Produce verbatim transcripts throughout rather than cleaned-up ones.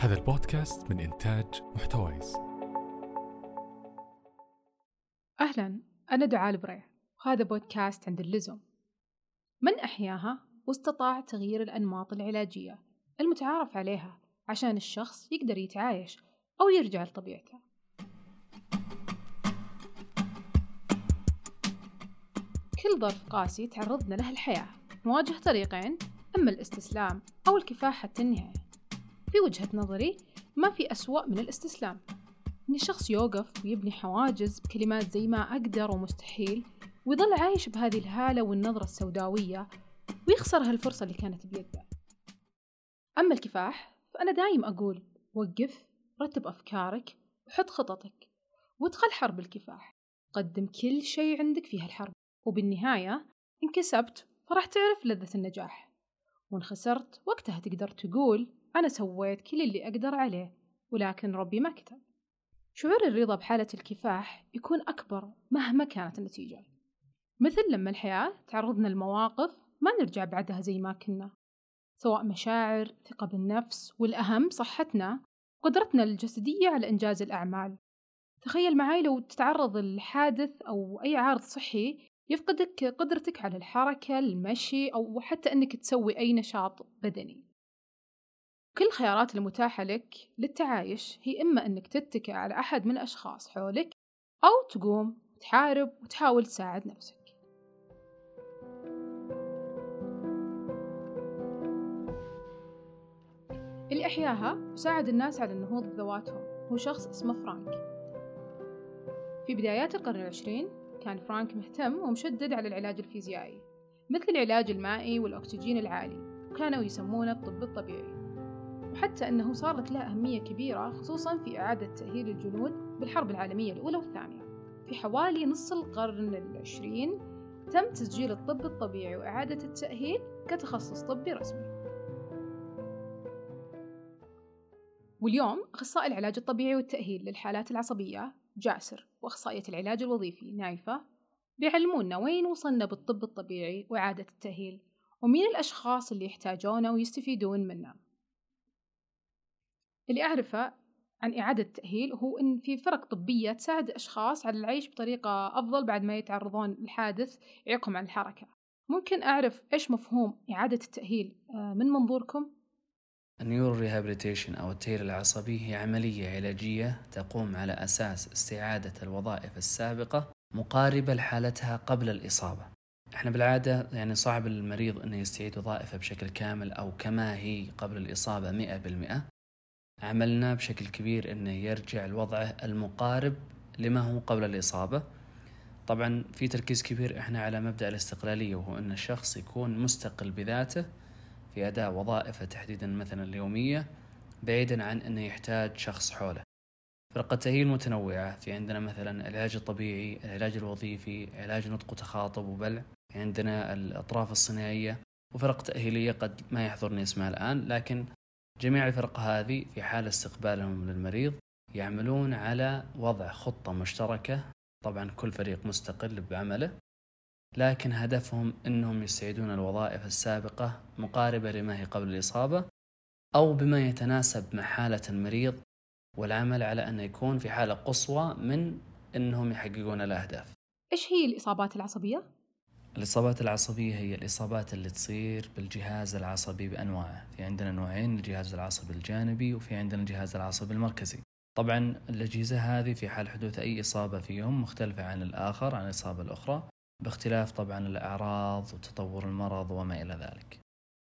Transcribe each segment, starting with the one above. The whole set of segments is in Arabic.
هذا البودكاست من إنتاج محتويس. أهلاً، أنا دعاء البريح، وهذا بودكاست عند اللزوم. من أحياها واستطاع تغيير الأنماط العلاجية المتعارف عليها عشان الشخص يقدر يتعايش أو يرجع لطبيعته. كل ظرف قاسي تعرضنا له الحياة نواجه طريقين، أما الاستسلام أو الكفاح حتى النهاية. في وجهة نظري ما في أسوأ من الاستسلام، إن الشخص يوقف ويبني حواجز بكلمات زي ما أقدر ومستحيل، ويظل عايش بهذه الهالة والنظرة السوداوية ويخسر هالفرصة اللي كانت بيده. أما الكفاح فأنا دايم أقول وقف، رتب أفكارك وحط خططك وادخل حرب الكفاح. قدم كل شيء عندك في هالحرب، وبالنهاية إن كسبت فراح تعرف لذة النجاح، وإن خسرت وقتها تقدر تقول أنا سويت كل اللي أقدر عليه ولكن ربي ما كتب. شعور الرضا بحالة الكفاح يكون أكبر مهما كانت النتيجة، مثل لما الحياة تعرضنا لمواقف ما نرجع بعدها زي ما كنا، سواء مشاعر، ثقة بالنفس، والأهم صحتنا وقدرتنا الجسدية على إنجاز الأعمال. تخيل معي لو تتعرض لحادث أو أي عارض صحي يفقدك قدرتك على الحركة، المشي، أو حتى أنك تسوي أي نشاط بدني. كل الخيارات المتاحة لك للتعايش هي إما أنك تتكئ على أحد من الأشخاص حولك، أو تقوم تحارب وتحاول تساعد نفسك. اللي أحياها وساعد الناس على النهوض بذواتهم هو شخص اسمه فرانك. في بدايات القرن العشرين كان فرانك مهتم ومشدد على العلاج الفيزيائي مثل العلاج المائي والأكسجين العالي، وكانوا يسمونه الطب الطبيعي، وحتى أنه صارت له أهمية كبيرة خصوصاً في إعادة تأهيل الجنود بالحرب العالمية الأولى والثانية. في حوالي نصف القرن العشرين تم تسجيل الطب الطبيعي وإعادة التأهيل كتخصص طبي رسمي. واليوم أخصائي العلاج الطبيعي والتأهيل للحالات العصبية جاسر، وأخصائية العلاج الوظيفي نايفة بيعلمونا وين وصلنا بالطب الطبيعي وإعادة التأهيل، ومين الأشخاص اللي يحتاجونه ويستفيدون منه. اللي أعرفه عن إعادة التأهيل هو إن في فرق طبية تساعد الأشخاص على العيش بطريقة أفضل بعد ما يتعرضون لحادث يعيقهم عن الحركة. ممكن أعرف إيش مفهوم إعادة التأهيل من منظوركم؟ النيورو ريهابيليتيشن أو التأهيل العصبي هي عملية علاجية تقوم على أساس استعادة الوظائف السابقة مقاربة لحالتها قبل الإصابة. إحنا بالعادة يعني صعب المريض أنه يستعيد وظائفه بشكل كامل أو كما هي قبل الإصابة مئة بالمئة. عملنا بشكل كبير أنه يرجع لوضعه المقارب لما هو قبل الإصابة. طبعا في تركيز كبير إحنا على مبدأ الاستقلالية، وهو أن الشخص يكون مستقل بذاته في أداء وظائفه تحديدا مثلا اليومية، بعيدا عن أنه يحتاج شخص حوله. فرق التأهيل متنوعة، في عندنا مثلا العلاج الطبيعي، العلاج الوظيفي، علاج نطق وتخاطب وبلع، عندنا الأطراف الصناعية، وفرق تأهيلية قد ما يحضرني اسمها الآن. لكن جميع الفرق هذه في حال استقبالهم للمريض يعملون على وضع خطة مشتركة، طبعا كل فريق مستقل بعمله، لكن هدفهم أنهم يستعيدون الوظائف السابقة مقاربة لما هي قبل الإصابة أو بما يتناسب مع حالة المريض، والعمل على أن يكون في حالة قصوى من أنهم يحققون الأهداف. إيش هي الإصابات العصبية؟ الإصابات العصبية هي الإصابات اللي تصير بالجهاز العصبي بأنواعه. في عندنا نوعين، الجهاز العصبي الجانبي وفي عندنا الجهاز العصبي المركزي. طبعا الأجهزة هذه في حال حدوث أي إصابة فيهم مختلفة عن الآخر عن الإصابة الأخرى، باختلاف طبعا الأعراض وتطور المرض وما إلى ذلك.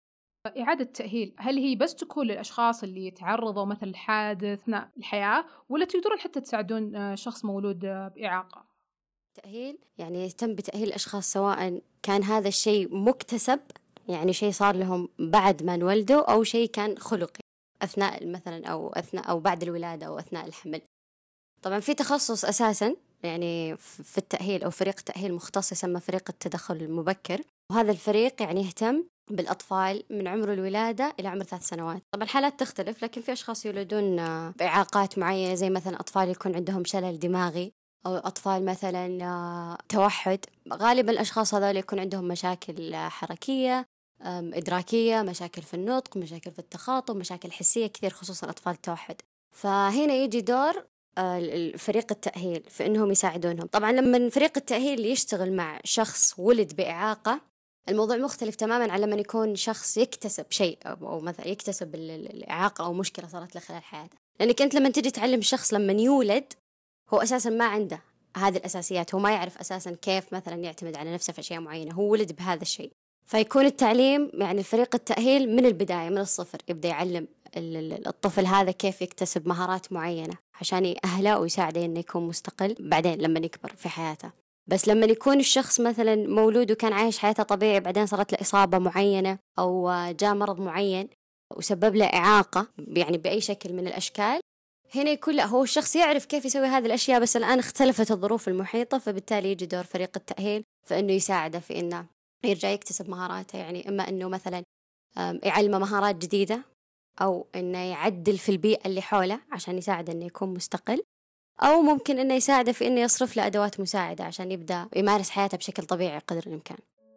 إعادة التأهيل هل هي بس تكون للأشخاص اللي يتعرضوا مثل الحادث أثناء الحياة، ولا تقدرون حتى تساعدون شخص مولود بإعاقة؟ تأهيل يعني يتم بتأهيل الأشخاص سواء كان هذا الشيء مكتسب، يعني شيء صار لهم بعد ما انولدوا، أو شيء كان خلقي أثناء مثلا أو أثناء أو بعد الولادة أو أثناء الحمل. طبعا في تخصص أساسا يعني في التأهيل أو فريق تأهيل مختص يسمى فريق التدخل المبكر، وهذا الفريق يعني يهتم بالأطفال من عمر الولادة إلى عمر ثلاث سنوات. طبعا الحالات تختلف، لكن في أشخاص يولدون بإعاقات معينة زي مثلا أطفال يكون عندهم شلل دماغي، أو أطفال مثلا توحد. غالبا الأشخاص هذول يكون عندهم مشاكل حركية إدراكية، مشاكل في النطق، مشاكل في التخاطب، مشاكل حسية كثير خصوصا أطفال التوحد. فهنا يجي دور فريق التأهيل في إنهم يساعدونهم. طبعا لما فريق التأهيل يشتغل مع شخص ولد بإعاقة الموضوع مختلف تماما عن لما يكون شخص يكتسب شيء أو مثلا يكتسب الإعاقة أو مشكلة صارت له خلال حياته. لأنك أنت لما تجي تعلم شخص لما يولد هو أساسا ما عنده هذه الأساسيات، هو ما يعرف أساسا كيف مثلا يعتمد على نفسه في أشياء معينة، هو ولد بهذا الشيء. فيكون التعليم يعني فريق التأهيل من البداية من الصفر يبدأ يعلم الطفل هذا كيف يكتسب مهارات معينة عشان يأهله ويساعده إنه يكون مستقل بعدين لما يكبر في حياته. بس لما يكون الشخص مثلا مولود وكان عايش حياته طبيعي بعدين صارت له إصابة معينة أو جاء مرض معين وسبب له إعاقة يعني بأي شكل من الأشكال، هنا يكون لا هو الشخص يعرف كيف يسوي هذه الأشياء بس الآن اختلفت الظروف المحيطة، فبالتالي يجي دور فريق التأهيل فإنه يساعده في إنه يرجع يكتسب مهاراته. يعني إما إنه مثلا يعلمه مهارات جديدة أو إنه يعدل في البيئة اللي حوله عشان يساعده إنه يكون مستقل، أو ممكن إنه يساعده في إنه يصرف له أدوات مساعدة عشان يبدأ يمارس حياته بشكل طبيعي قدر الإمكان.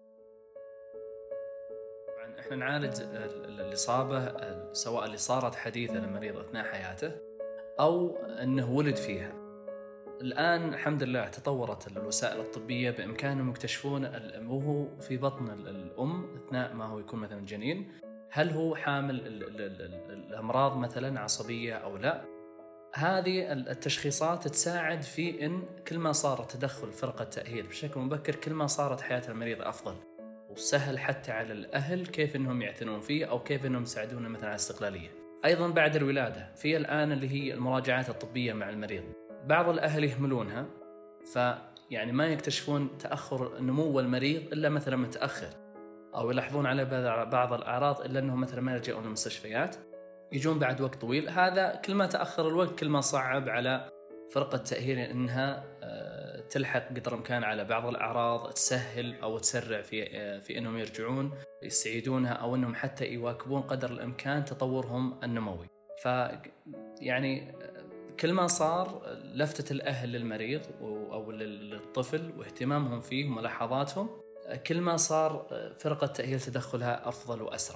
إحنا نعالج الإصابة سواء اللي صارت حديثة للمريض أثناء حياته أو أنه ولد فيها. الآن الحمد لله تطورت الوسائل الطبية بإمكانهم يكتشفون وهو في بطن الأم أثناء ما هو يكون مثلا جنين هل هو حامل الأمراض مثلا عصبية أو لا. هذه التشخيصات تساعد في إن كل ما صار تدخل فرقة تأهيل بشكل مبكر كل ما صارت حياة المريض أفضل، وسهل حتى على الأهل كيف إنهم يعتنون فيه أو كيف إنهم يساعدونه مثلا على الاستقلالية. أيضا بعد الولادة في الآن اللي هي المراجعات الطبية مع المريض، بعض الأهل يهملونها فيعني ما يكتشفون تأخر نمو المريض إلا مثلا متأخر، أو يلاحظون على بعض الأعراض إلا أنهم مثلا ما يرجعون المستشفيات يجون بعد وقت طويل. هذا كل ما تأخر الوقت كل ما صعب على فرقة التأهيل إنها تلحق قدر الإمكان على بعض الأعراض، تسهل أو تسرع في في إنهم يرجعون يستعيدونها أو إنهم حتى يواكبون قدر الإمكان تطورهم النموي. ف يعني كل ما صار لفتة الأهل للمريض أو للطفل واهتمامهم فيه وملاحظاتهم كل ما صار فرقة التأهيل تدخلها أفضل وأسرع.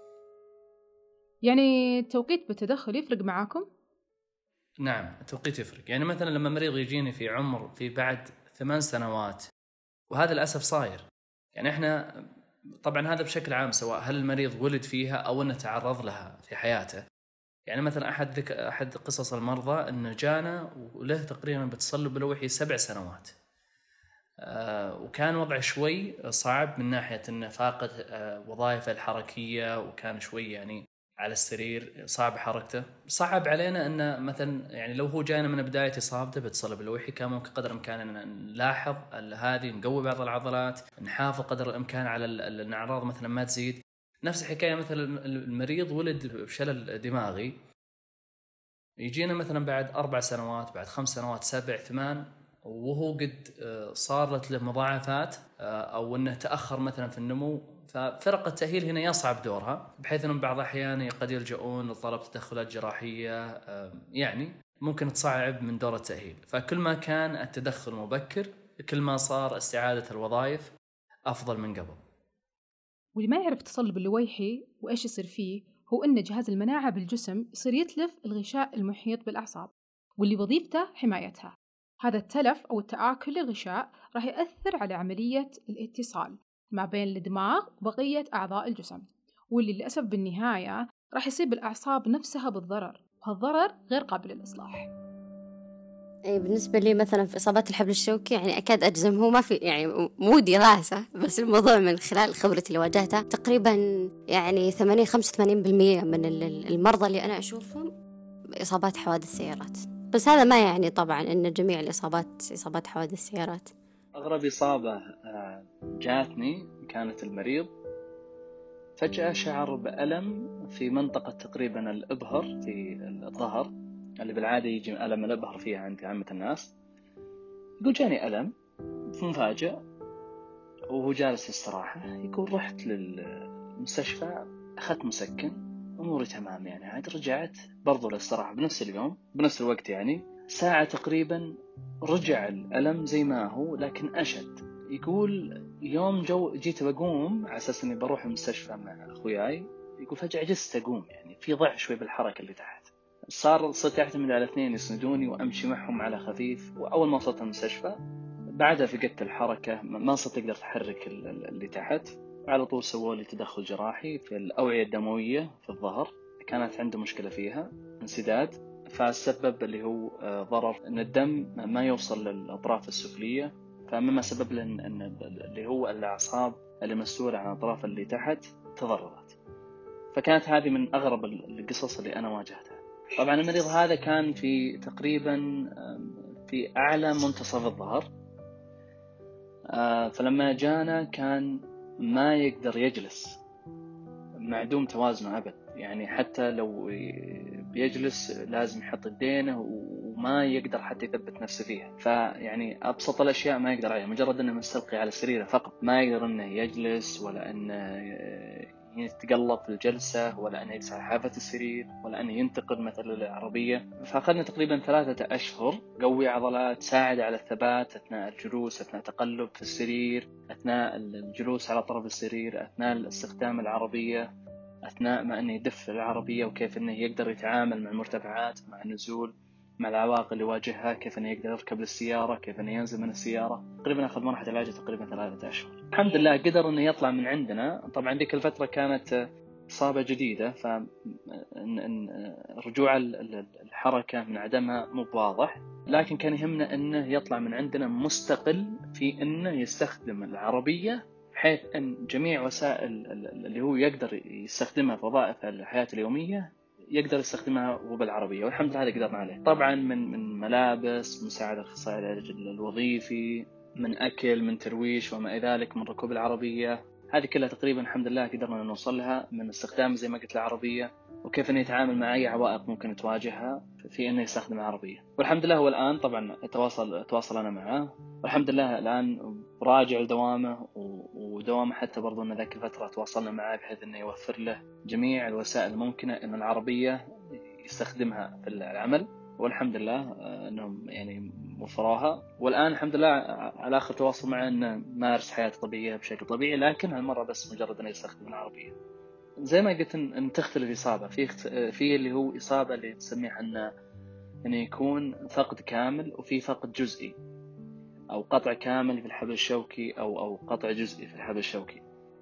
يعني التوقيت بالتدخل يفرق معاكم؟ نعم التوقيت يفرق. يعني مثلا لما مريض يجيني في عمر في بعد ثمان سنوات وهذا للأسف صاير، يعني إحنا طبعا هذا بشكل عام سواء هل المريض ولد فيها أو أنه تعرض لها في حياته. يعني مثلا أحد ذك... أحد قصص المرضى أنه جانا وله تقريبا بتصلب بلوحي سبع سنوات آه وكان وضع شوي صعب من ناحية أنه فاقد آه وظائفه الحركية وكان شوي يعني على السرير صعب حركته. صعب علينا أن مثلا يعني لو هو جانا من بداية إصابته بتصلب اللوحي كان ممكن قدر الإمكان أن نلاحظ هذه نقوي بعض العضلات نحافظ قدر الإمكان على الأعراض مثلا ما تزيد. نفس الحكاية مثلا المريض ولد بشلل دماغي يجينا مثلا بعد أربع سنوات بعد خمس سنوات سبع ثمان وهو قد صارت له مضاعفات أو أنه تأخر مثلا في النمو، ففرق التأهيل هنا يصعب دورها بحيث أنهم بعض الأحيان قد يلجؤون لطلب تدخلات جراحية يعني ممكن تصعب من دور التأهيل. فكل ما كان التدخل مبكر كل ما صار استعادة الوظائف أفضل من قبل. واللي ما يعرف تصلب اللويحي وإيش يصير فيه هو أن جهاز المناعة بالجسم يصير يتلف الغشاء المحيط بالأعصاب واللي وظيفته حمايتها. هذا التلف أو التآكل للغشاء راح يأثر على عملية الاتصال ما بين الدماغ وبقية أعضاء الجسم، واللي للأسف بالنهاية راح يصيب الأعصاب نفسها بالضرر، وهالضرر غير قابل للإصلاح. أي بالنسبة لي مثلا في إصابات الحبل الشوكي يعني أكاد أجزم هو ما في يعني مو دراسة بس الموضوع من خلال خبرتي اللي واجهتها تقريبا يعني ثمانين خمسة وثمانين بالمية من المرضى اللي أنا أشوفهم إصابات حوادث سيارات. بس هذا ما يعني طبعا أن جميع الإصابات إصابات حوادث سيارات. أغرب إصابة جاتني كانت المريض فجأة شعر بألم في منطقة تقريبا الإبهر في الظهر اللي بالعادة يجي ألم الإبهر فيها عند عامة الناس. يقول جاني ألم مفاجئ وهو جالس في استراحة. يقول رحت للمستشفى أخذت مسكن أموري تمام يعني عاد رجعت برضو للاستراحة بنفس اليوم بنفس الوقت يعني ساعة تقريبا رجع الألم زي ما هو لكن أشد. يقول يوم جو جيت بقوم على أساس إني بروح المستشفى مع أخوياي، يقول فجأة عجزت أقوم، يعني في ضعف شوي بالحركة اللي تحت. صار صرت أعتمد على اثنين يسندوني وأمشي معهم على خفيف. وأول ما وصلت المستشفى بعدها فقدت الحركة، ما صرت أقدر أحرك اللي تحت. على طول سووا لي تدخل جراحي في الأوعية الدموية في الظهر، كانت عنده مشكلة فيها انسداد، فسبب اللي هو ضرر ان الدم ما يوصل للأطراف السفلية، فمما سبب له ان اللي هو الأعصاب اللي مسؤولة عن الأطراف اللي تحت تضررت. فكانت هذه من أغرب القصص اللي أنا واجهتها. طبعا المريض هذا كان في تقريبا في أعلى منتصف الظهر، فلما جانا كان ما يقدر يجلس، معدوم توازنه أبد، يعني حتى لو بيجلس لازم يحط يدينه وما يقدر حتى يثبت نفسه فيها. فيعني أبسط الأشياء ما يقدر عليها، مجرد أنه مستلقي على سريره فقط، ما يقدر أنه يجلس ولا أنه يتقلب في الجلسة ولا أنه يجلس على حافة السرير ولا أنه ينتقل مثلا للعربية. فأخذنا تقريبا ثلاثة أشهر قوي عضلات تساعد على الثبات أثناء الجلوس، أثناء تقلب في السرير، أثناء الجلوس على طرف السرير، أثناء استخدام العربية، أثناء ما أنه يدف العربية، وكيف أنه يقدر يتعامل مع المرتفعات، مع النزول، مع العوائق اللي يواجهها، كيف أنه يقدر يركب للسيارة، كيف أنه ينزل من السيارة. تقريبا أخذ مرحلة علاج تقريبا ثلاثة أشهر. الحمد لله قدر أنه يطلع من عندنا. طبعا ذيك الفترة كانت إصابة جديدة، فرجوع الحركة من عدمها مو واضح، لكن كان يهمنا أنه يطلع من عندنا مستقل في أنه يستخدم العربية، بحيث أن جميع وسائل اللي هو يقدر يستخدمها في وظائف الحياة اليومية يقدر يستخدمها وبالعربية، والحمد لله هذا قدرنا عليه. طبعا من من ملابس، مساعدة أخصائي العلاج الوظيفي، من أكل، من ترويش وما إلى ذلك، من ركوب العربية، هذه كلها تقريبا الحمد لله قدرنا نوصل لها، من استخدام زي ما قلت العربية، وكيف أنه يتعامل مع أي عوائق ممكن تواجهها في أنه يستخدم العربية. والحمد لله هو الآن طبعا تواصل تواصل أنا معه، والحمد لله الآن راجع لدوامه، ودوامه حتى برضو أن ذاك الفترة تواصلنا معه بحيث أنه يوفر له جميع الوسائل الممكنة أن العربية يستخدمها في العمل، والحمد لله أنهم يعني وفروها. والآن الحمد لله على آخر تواصل معه أنه مارس حياته طبيعية بشكل طبيعي، لكن هالمرة بس مجرد أنه يستخدم العربية. زي ما قلت أن تختلف الإصابة، في في اللي هو إصابة اللي تسميها أنه أنه يكون فقد كامل، وفي فقد جزئي أو قطع كامل في الحبل الشوكي أو أو قطع جزئي في الحبل الشوكي.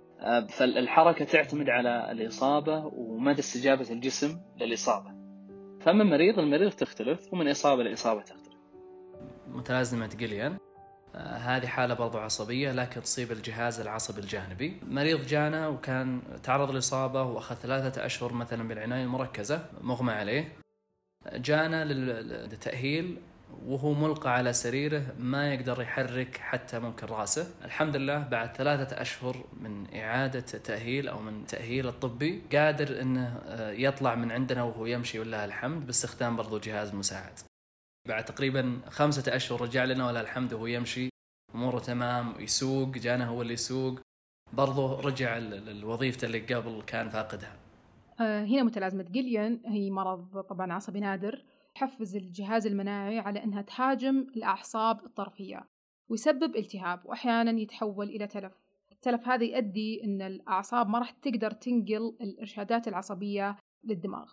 فالحركة تعتمد على الإصابة ومدى استجابة الجسم للإصابة. فمن مريض المريض تختلف، ومن إصابة لإصابة تختلف. متلازمة جيليان آه هذه حالة برضو عصبية لكن تصيب الجهاز العصبي الجانبي. مريض جانا وكان تعرض للإصابة وأخذ ثلاثة أشهر مثلا بالعناية المركزة، مغمى عليه. جانا للتأهيل وهو ملقى على سريره، ما يقدر يحرك حتى ممكن رأسه. الحمد لله بعد ثلاثة أشهر من إعادة تأهيل أو من تأهيل الطبي قادر أنه يطلع من عندنا وهو يمشي ولله الحمد، باستخدام برضو جهاز مساعد. بعد تقريبا خمسة أشهر رجع لنا ولله الحمد وهو يمشي، أموره تمام، يسوق، جانا هو اللي يسوق، برضو رجع الوظيفة اللي قبل كان فاقدها. هنا متلازمة جيليان هي مرض طبعا عصبي نادر، يحفز الجهاز المناعي على أنها تهاجم الأعصاب الطرفية ويسبب التهاب، وأحيانا يتحول إلى تلف. التلف هذا يؤدي أن الأعصاب ما راح تقدر تنقل الإرشادات العصبية للدماغ.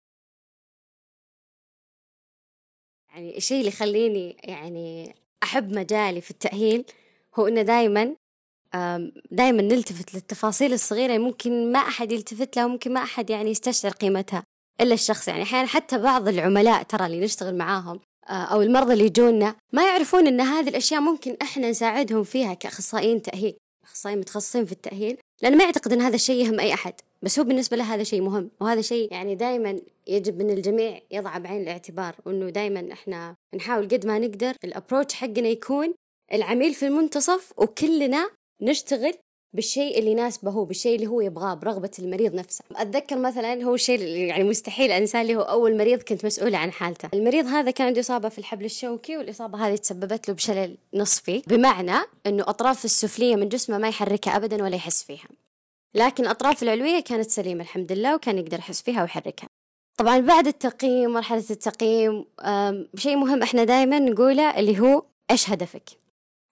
يعني الشيء اللي يخليني يعني أحب مجالي في التأهيل هو أنه دايما دايما نلتفت للتفاصيل الصغيرة، ممكن ما أحد يلتفت لها، ممكن ما أحد يعني يستشعر قيمتها إلا الشخص. يعني أحيانا حتى بعض العملاء ترى اللي نشتغل معاهم أو المرضى اللي يجونا ما يعرفون أن هذه الأشياء ممكن إحنا نساعدهم فيها كأخصائيين تأهيل، أخصائيين متخصصين في التأهيل، لأن ما يعتقد أن هذا الشيء يهم أي أحد، بس هو بالنسبة له هذا شيء مهم. وهذا شيء يعني دايما يجب أن الجميع يضع بعين الاعتبار، وأنه دايما إحنا نحاول قد ما نقدر الأبروتش حقنا يكون العميل في المنتصف، وكلنا نشتغل بالشيء اللي يناسبه هو، بالشيء اللي هو يبغاه، برغبة المريض نفسه. أتذكر مثلا هو الشيء اللي يعني مستحيل أنساه، اللي هو أول مريض كنت مسؤولة عن حالته. المريض هذا كان عنده إصابة في الحبل الشوكي، والإصابة هذه تسببت له بشلل نصفي، بمعنى أنه أطراف السفلية من جسمه ما يحركها أبدا ولا يحس فيها، لكن أطراف العلوية كانت سليمة الحمد لله، وكان يقدر يحس فيها ويحركها. طبعا بعد التقييم، مرحلة التقييم، شيء مهم إحنا دائما نقوله اللي هو إيش هدفك.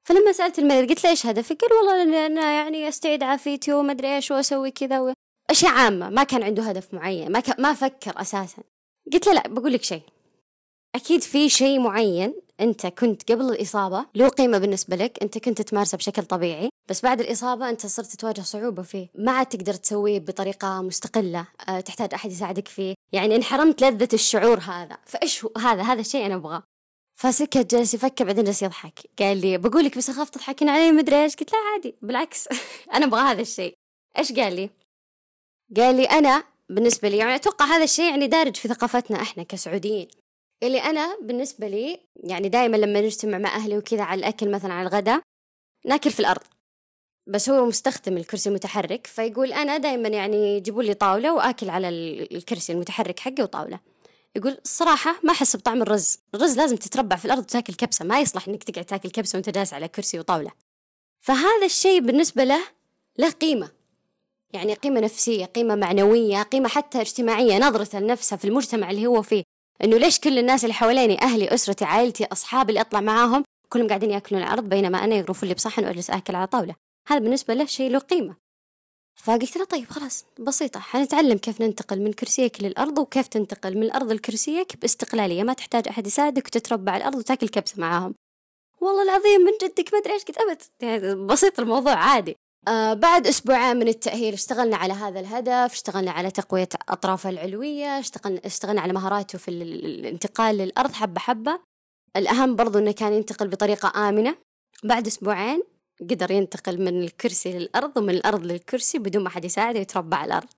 فلما سألت المريض قلت له إيش هدفك؟ قال والله أنا يعني أستعيد عافيتي وما أدري إيش وأسوي كذا و... أشياء عامة، ما كان عنده هدف معين، ما ك... ما فكر أساسا. قلت له لا، بقول لك شيء، أكيد في شيء معين أنت كنت قبل الإصابة له قيمة بالنسبة لك، أنت كنت تمارسه بشكل طبيعي، بس بعد الإصابة أنت صرت تواجه صعوبة فيه، ما عاد تقدر تسويه بطريقة مستقلة، أه تحتاج أحد يساعدك فيه، يعني انحرمت لذة الشعور هذا. فإيش هو هذا؟ هذا الشيء أنا أبغاه. فسكت، جالس يفكر، بعدين جالس يضحك. قال لي بقولك بس أخاف تضحكين علي مدري إيش. قلت لا عادي بالعكس أنا أبغى هذا الشيء. إيش قال لي؟ قال لي أنا بالنسبة لي، يعني أتوقع هذا الشيء يعني دارج في ثقافتنا إحنا كسعوديين. قال لي أنا بالنسبة لي يعني دائما لما نجتمع مع أهلي وكذا على الأكل مثلا على الغداء ناكل في الأرض، بس هو مستخدم الكرسي المتحرك، فيقول أنا دائما يعني يجيبوا لي طاولة وآكل على الكرسي المتحرك حقه وطاولة. يقول الصراحة ما أحس بطعم الرز، الرز لازم تتربع في الأرض وتاكل كبسة، ما يصلح إنك تقعد تاكل كبسة وأنت جالس على كرسي وطاولة. فهذا الشيء بالنسبة له له قيمة، يعني قيمة نفسية، قيمة معنوية، قيمة حتى اجتماعية، نظرة لنفسه في المجتمع اللي هو فيه، إنه ليش كل الناس اللي حواليني، أهلي، أسرتي، عائلتي، أصحابي اللي أطلع معاهم كلهم قاعدين يأكلون على الأرض بينما أنا يغرفوا لي بصحن وأجلس أكل على طاولة. هذا بالنسبة له شيء له قيمة. فقلت له طيب خلاص بسيطة، حنتعلم كيف ننتقل من كرسيك للأرض وكيف تنتقل من الأرض لكرسيك باستقلالية، ما تحتاج أحد يساعدك وتتربع على الأرض وتاكل كبسة معاهم. والله العظيم من جدك ما أدري إيش. قلت أبد، يعني بسيط الموضوع عادي. آه بعد أسبوعين من التأهيل اشتغلنا على هذا الهدف، اشتغلنا على تقوية أطرافه العلوية، اشتغلنا, اشتغلنا على مهاراته في الانتقال للأرض حبة حبة. الأهم برضو أنه كان ينتقل بطريقة آمنة. بعد أسبوعين قدر ينتقل من الكرسي للأرض ومن الأرض للكرسي بدون ما حد يساعده ويتربع على الأرض.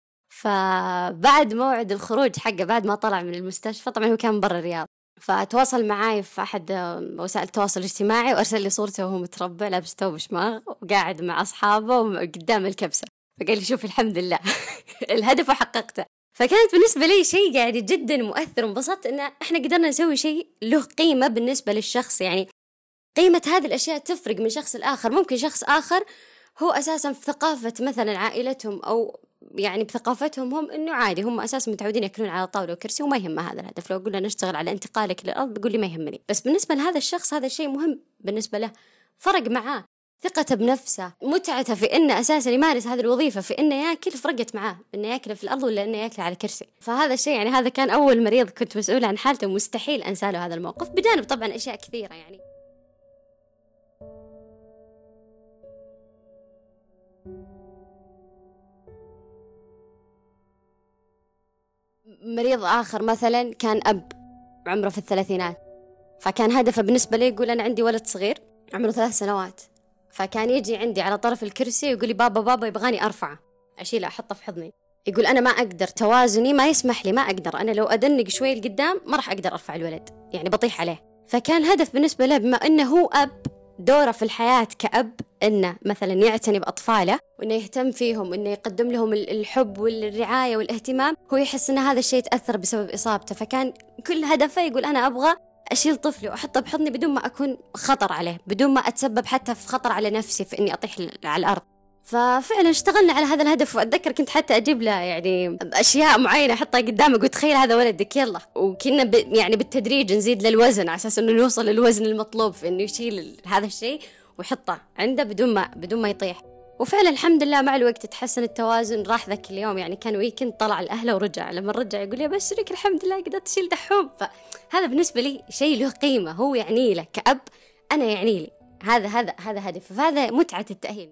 فبعد موعد الخروج حقه، بعد ما طلع من المستشفى، طبعا هو كان برا الرياض، فتواصل معاي في أحد وسائل التواصل الاجتماعي وأرسل لي صورته وهو متربع لابس ثوب شماغ وقاعد مع أصحابه وقدام الكبسة. فقال لي شوف الحمد لله الهدف وحققته. فكانت بالنسبة لي شيء يعني جدا مؤثر، وانبسطت إن إحنا قدرنا نسوي شيء له قيمة بالنسبة للشخص. يعني قيمة هذه الأشياء تفرق من شخص لآخر. ممكن شخص آخر هو أساسا في ثقافة مثلا عائلتهم أو يعني بثقافتهم هم إنه عادي، هم أساسا متعودين يأكلون على طاولة وكرسي وما يهم هذا الهدف. لو قلنا نشتغل على انتقالك للأرض بيقول لي ما يهمني. بس بالنسبة لهذا الشخص هذا الشيء مهم بالنسبة له، فرق معاه، ثقته بنفسه، متعته في إنه أساسا يمارس هذه الوظيفة، في إنه يأكل، فرقت معاه إنه يأكل في الأرض ولا إنه يأكل على كرسي. فهذا الشيء يعني هذا كان أول مريض كنت مسؤولة عن حالته، مستحيل أنسى له هذا الموقف، بجانب طبعا أشياء كثيرة. يعني مريض آخر مثلا كان أب عمره في الثلاثينات، فكان هدفه بالنسبة لي يقول أنا عندي ولد صغير عمره ثلاث سنوات، فكان يجي عندي على طرف الكرسي ويقول لي بابا بابا يبغاني أرفعه أشيله أحطه في حضني. يقول أنا ما أقدر، توازني ما يسمح لي، ما أقدر، أنا لو أدنق شوي لقدام ما راح أقدر أرفع الولد، يعني بطيح عليه. فكان هدف بالنسبة له، بما أنه هو أب، دوره في الحياة كأب إنه مثلا يعتني بأطفاله وإنه يهتم فيهم وإنه يقدم لهم الحب والرعاية والاهتمام. هو يحس إن هذا الشيء تأثر بسبب إصابته، فكان كل هدفه يقول أنا أبغى أشيل طفلي وأحطه بحضني بدون ما أكون خطر عليه، بدون ما أتسبب حتى في خطر على نفسي في إني أطيح على الأرض. ففعلا اشتغلنا على هذا الهدف، وأتذكر كنت حتى أجيب له يعني أشياء معينة أحطها قدامه، قلت تخيل هذا ولدك يلا، وكنا ب... يعني بالتدريج نزيد للوزن على أساس إنه نوصل للوزن المطلوب في إنه يشيل هذا الشيء ويحطه عنده بدون ما بدون ما يطيح. وفعلا الحمد لله مع الوقت تحسن التوازن. راح ذاك اليوم يعني كان ويكند، طلع الأهله ورجع، لما رجع يقول لي بشرك الحمد لله قدرت تشيل دحوم. فهذا بالنسبة لي شيء له قيمة، هو يعني له كأب، أنا يعني لي هذا هذا هذا هدف، فهذا متعة التأهيل.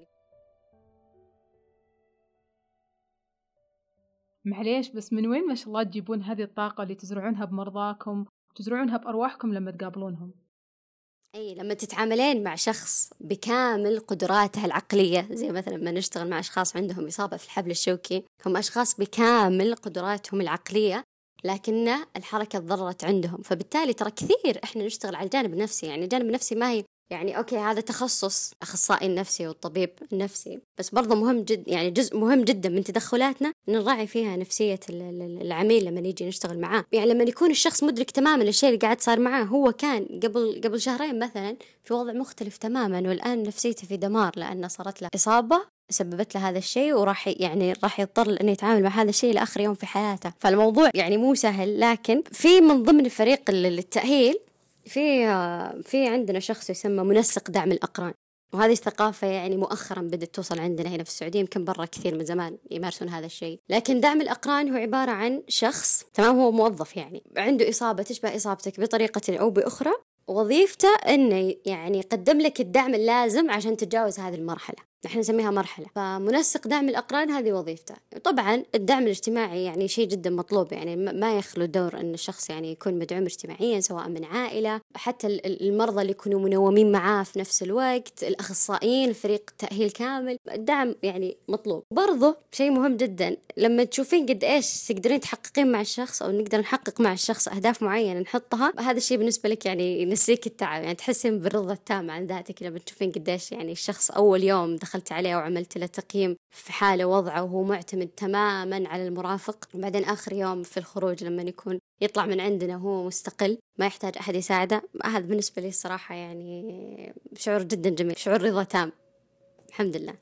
معليش بس من وين ما شاء الله تجيبون هذه الطاقة اللي تزرعونها بمرضاكم وتزرعونها بأرواحكم لما تقابلونهم؟ أي لما تتعاملين مع شخص بكامل قدراته العقلية، زي مثلا ما نشتغل مع أشخاص عندهم إصابة في الحبل الشوكي، هم أشخاص بكامل قدراتهم العقلية لكن الحركة تضررت عندهم، فبالتالي ترى كثير إحنا نشتغل على الجانب النفسي. يعني الجانب النفسي ما هي يعني أوكي هذا تخصص أخصائي النفسي والطبيب النفسي، بس برضه مهم جد، يعني جزء مهم جدا من تدخلاتنا نراعي فيها نفسية العميل لما نيجي نشتغل معاه. يعني لما يكون الشخص مدرك تماما الشيء اللي قاعد صار معاه، هو كان قبل قبل شهرين مثلا في وضع مختلف تماما، والآن نفسيته في دمار لأن صارت له إصابة سببت له هذا الشيء، وراح يعني راح يضطر إنه يتعامل مع هذا الشيء لآخر يوم في حياته. فالموضوع يعني مو سهل. لكن في من ضمن فريق التأهيل في في عندنا شخص يسمى منسق دعم الأقران. وهذه الثقافة يعني مؤخرا بدأت توصل عندنا هنا في السعودية، يمكن برا كثير من زمان يمارسون هذا الشيء. لكن دعم الأقران هو عبارة عن شخص تمام، هو موظف يعني عنده إصابة تشبه إصابتك بطريقة أو بأخرى، وظيفته أنه يعني يقدم لك الدعم اللازم عشان تتجاوز هذه المرحلة، نحن نسميها مرحلة. فمنسق دعم الأقران هذه وظيفته. طبعا الدعم الاجتماعي يعني شيء جدا مطلوب، يعني ما يخلو دور أن الشخص يعني يكون مدعوم اجتماعيا، سواء من عائلة، حتى المرضى اللي يكونوا منومين معاه في نفس الوقت، الأخصائيين، فريق تأهيل كامل. الدعم يعني مطلوب. برضو شيء مهم جدا لما تشوفين قد إيش تقدرين تحققين مع الشخص، أو نقدر نحقق مع الشخص أهداف معينة نحطها، هذا الشيء بالنسبة لك يعني ينسيك التعب، يعني تحسين بالرضا التام عن ذاتك لما تشوفين قديش يعني الشخص أول يوم دخلت عليه وعملت له تقييم في حاله وضعه وهو معتمد تماما على المرافق، وبعدين آخر يوم في الخروج لما يكون يطلع من عندنا وهو مستقل ما يحتاج أحد يساعده. هذا بالنسبة لي الصراحة يعني شعور جدا جميل، شعور رضا تام الحمد لله.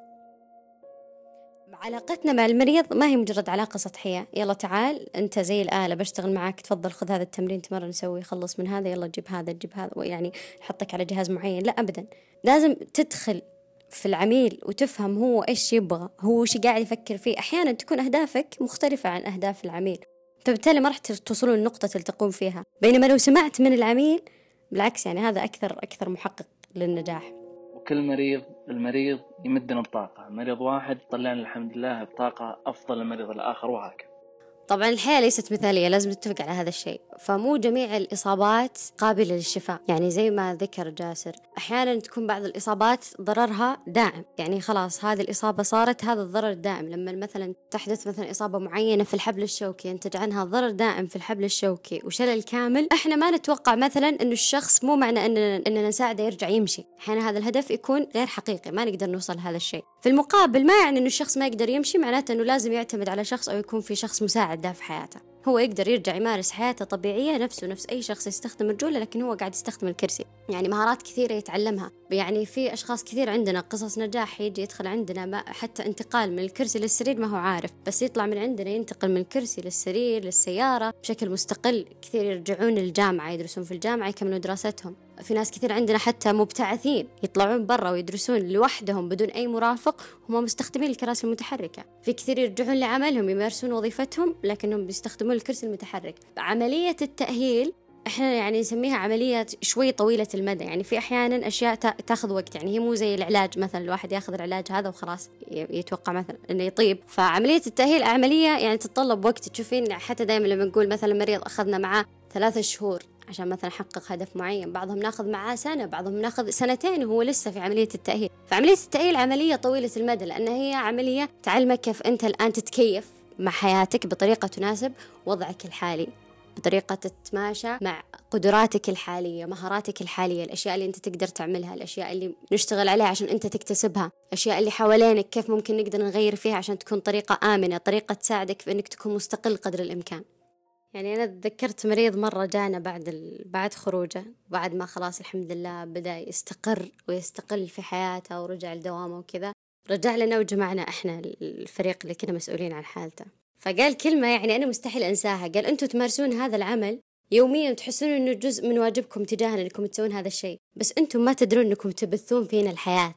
علاقتنا مع المريض ما هي مجرد علاقة سطحية، يلا تعال أنت زي الآلة بشتغل معاك، تفضل خذ هذا التمرين تمرن نسوي، خلص من هذا يلا جيب هذا جيب هذا، يعني نحطك على جهاز معين. لا أبدا، لازم تدخل في العميل وتفهم هو إيش يبغى، هو إيش قاعد يفكر فيه. أحيانا تكون أهدافك مختلفة عن أهداف العميل، فبالتالي ما راح توصلون لنقطة تلتقون فيها. بينما لو سمعت من العميل بالعكس، يعني هذا أكثر أكثر محقق للنجاح. وكل مريض المريض يمدنا بطاقة، مريض واحد طلعنا الحمد لله بطاقة أفضل من المريض الآخر وهكذا. طبعا الحياة ليست مثالية، لازم نتفق على هذا الشيء. فمو جميع الإصابات قابلة للشفاء، يعني زي ما ذكر جاسر أحيانا تكون بعض الإصابات ضررها دائم، يعني خلاص هذه الإصابة صارت هذا الضرر دائم. لما مثلا تحدث مثلا إصابة معينة في الحبل الشوكي ينتج عنها ضرر دائم في الحبل الشوكي وشلل كامل، احنا ما نتوقع مثلا إنه الشخص مو معنى إننا, إننا نساعده يرجع يمشي، أحيانا هذا الهدف يكون غير حقيقي، ما نقدر نوصل لهذا الشيء. في المقابل ما يعني إنه الشخص ما يقدر يمشي معناته إنه لازم يعتمد على شخص أو يكون في شخص مساعد ده في حياته. هو يقدر يرجع يمارس حياته طبيعية نفسه نفس أي شخص يستخدم الرجولة، لكن هو قاعد يستخدم الكرسي. يعني مهارات كثيرة يتعلمها، يعني في أشخاص كثير عندنا قصص نجاح يجي يدخل عندنا ما حتى انتقال من الكرسي للسرير ما هو عارف، بس يطلع من عندنا ينتقل من الكرسي للسرير للسيارة بشكل مستقل. كثير يرجعون للجامعة يدرسون في الجامعة يكملوا دراستهم. في ناس كثير عندنا حتى مبتعثين يطلعون برا ويدرسون لوحدهم بدون أي مرافق، هم مستخدمين الكراسي المتحركة. في كثير يرجعون لعملهم يمارسون وظيفتهم لكنهم بيستخدمون الكرسي المتحرك. عملية التأهيل احنا يعني نسميها عملية شوي طويلة المدى، يعني في أحيانا أشياء تاخذ وقت، يعني هي مو زي العلاج مثلا الواحد ياخذ العلاج هذا وخلاص يتوقع مثلا إنه يطيب. فعملية التأهيل عملية يعني تتطلب وقت. تشوفين حتى دائما لما نقول مثلا مريض أخذنا معاه ثلاثة شهور عشان مثلا حقق هدف معين، بعضهم ناخذ معاه سنة، بعضهم ناخذ سنتين وهو لسه في عملية التأهيل. فعملية التأهيل عملية طويلة المدى لأن هي عملية تعلمك كيف أنت الآن تتكيف مع حياتك بطريقة تناسب وضعك الحالي، بطريقة تتماشى مع قدراتك الحالية، مهاراتك الحالية، الأشياء اللي أنت تقدر تعملها، الأشياء اللي نشتغل عليها عشان أنت تكتسبها، الأشياء اللي حوالينك كيف ممكن نقدر نغير فيها عشان تكون طريقة آمنة، طريقة تساعدك في أنك تكون مستقل قدر الإمكان. يعني أنا تذكرت مريض مرة جانا بعد ال... بعد خروجه، بعد ما خلاص الحمد لله بدأ يستقر ويستقل في حياته ورجع لدوامه وكذا، رجع لنا وجمعنا إحنا الفريق اللي كنا مسؤولين عن حالته. فقال كلمة يعني أنا مستحيل أنساها، قال أنتوا تمارسون هذا العمل يوميا وتحسون إنه جزء من واجبكم تجاهنا إنكم تسوون هذا الشيء، بس أنتم ما تدرون إنكم تبثون فينا الحياة.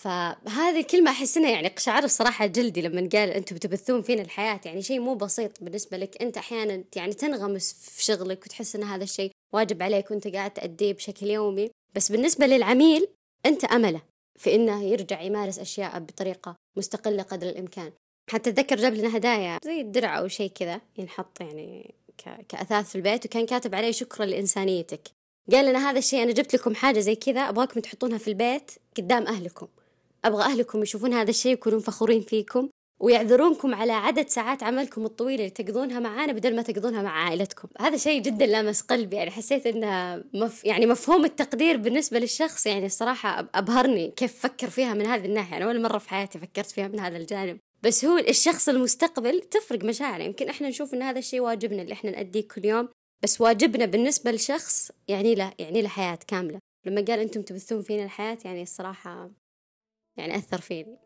فهذه الكلمة أحس إنها يعني قشعر الصراحة جلدي لما قال أنتم بتبثون فينا الحياة، يعني شيء مو بسيط بالنسبة لك. أنت أحيانا يعني تنغمس في شغلك وتحس إن هذا الشيء واجب عليك وأنت قاعد تأديه بشكل يومي، بس بالنسبة للعميل أنت أمله في إنه يرجع يمارس أشياء بطريقة مستقلة قدر الإمكان. حتى أتذكر جاب لنا هدايا زي الدرع أو شيء كذا ينحط يعني كأثاث في البيت، وكان كاتب عليه شكرا لإنسانيتك. قال لنا هذا الشيء أنا جبت لكم حاجة زي كذا أبغاكم تحطونها في البيت قدام أهلكم، أبغى أهلكم يشوفون هذا الشيء ويكونون فخورين فيكم ويعذرونكم على عدد ساعات عملكم الطويلة اللي تقضونها معانا بدل ما تقضونها مع عائلتكم. هذا شيء جدا لامس قلبي، يعني حسيت إنه مف... يعني مفهوم التقدير بالنسبة للشخص يعني الصراحة أبهرني كيف فكر فيها من هذه الناحية. أنا أول مرة في حياتي فكرت فيها من هذا الجانب. بس هو الشخص المستقبل تفرق مشاعره، يمكن إحنا نشوف إن هذا الشيء واجبنا اللي إحنا نأديه كل يوم، بس واجبنا بالنسبة لشخص يعني له يعني له حياة كاملة. لما قال أنتم تبثون فينا الحياة يعني الصراحة يعني أثر فيني.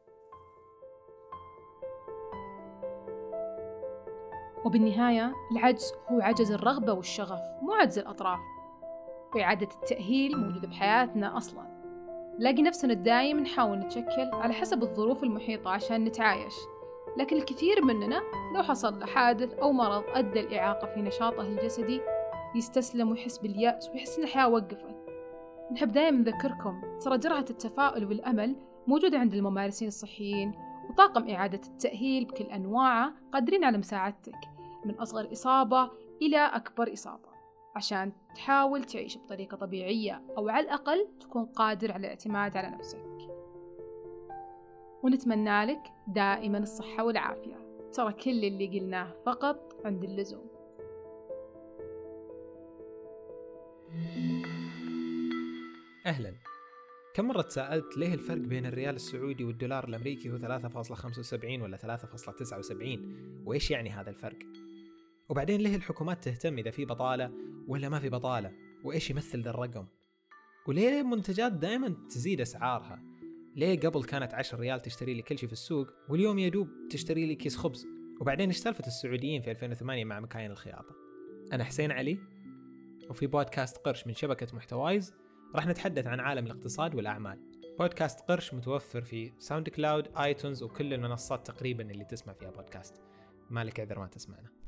وبالنهاية العجز هو عجز الرغبة والشغف، مو عجز الأطراف. وإعادة التأهيل موجودة بحياتنا أصلاً، نلاقي نفسنا دايما نحاول نتشكل على حسب الظروف المحيطة عشان نتعايش، لكن الكثير مننا لو حصل له حادث أو مرض أدى الإعاقة في نشاطه الجسدي يستسلم ويحس باليأس ويحس إن الحياة وقفت. نحب دايما نذكركم ترى جرعة التفاؤل والأمل موجودة عند الممارسين الصحيين، وطاقم إعادة التأهيل بكل أنواعه قادرين على مساعدتك من أصغر إصابة إلى أكبر إصابة، عشان تحاول تعيش بطريقة طبيعية أو على الأقل تكون قادر على الاعتماد على نفسك. ونتمنى لك دائما الصحة والعافية، ترى كل اللي قلناه فقط عند اللزوم. أهلا. كم مرة تساءلت ليه الفرق بين الريال السعودي والدولار الأمريكي هو ثلاثة فاصلة خمسة وسبعين ولا ثلاثة فاصلة تسعة وسبعين، وإيش يعني هذا الفرق؟ وبعدين ليه الحكومات تهتم إذا في بطالة ولا ما في بطالة، وإيش يمثل ذا الرقم؟ وليه منتجات دائما تزيد أسعارها؟ ليه قبل كانت عشر ريال تشتري لي كل شيء في السوق واليوم يدوب تشتري لي كيس خبز؟ وبعدين ايش سالفة السعوديين في ألفين وثمانية مع مكاين الخياطة؟ أنا حسين علي، وفي بودكاست قرش من شبكة محتوايز راح نتحدث عن عالم الاقتصاد والأعمال. بودكاست قرش متوفر في ساوند كلاود، آيتونز، وكل المنصات تقريبا اللي تسمع فيها بودكاست. مالك عذر ما تسمعنا.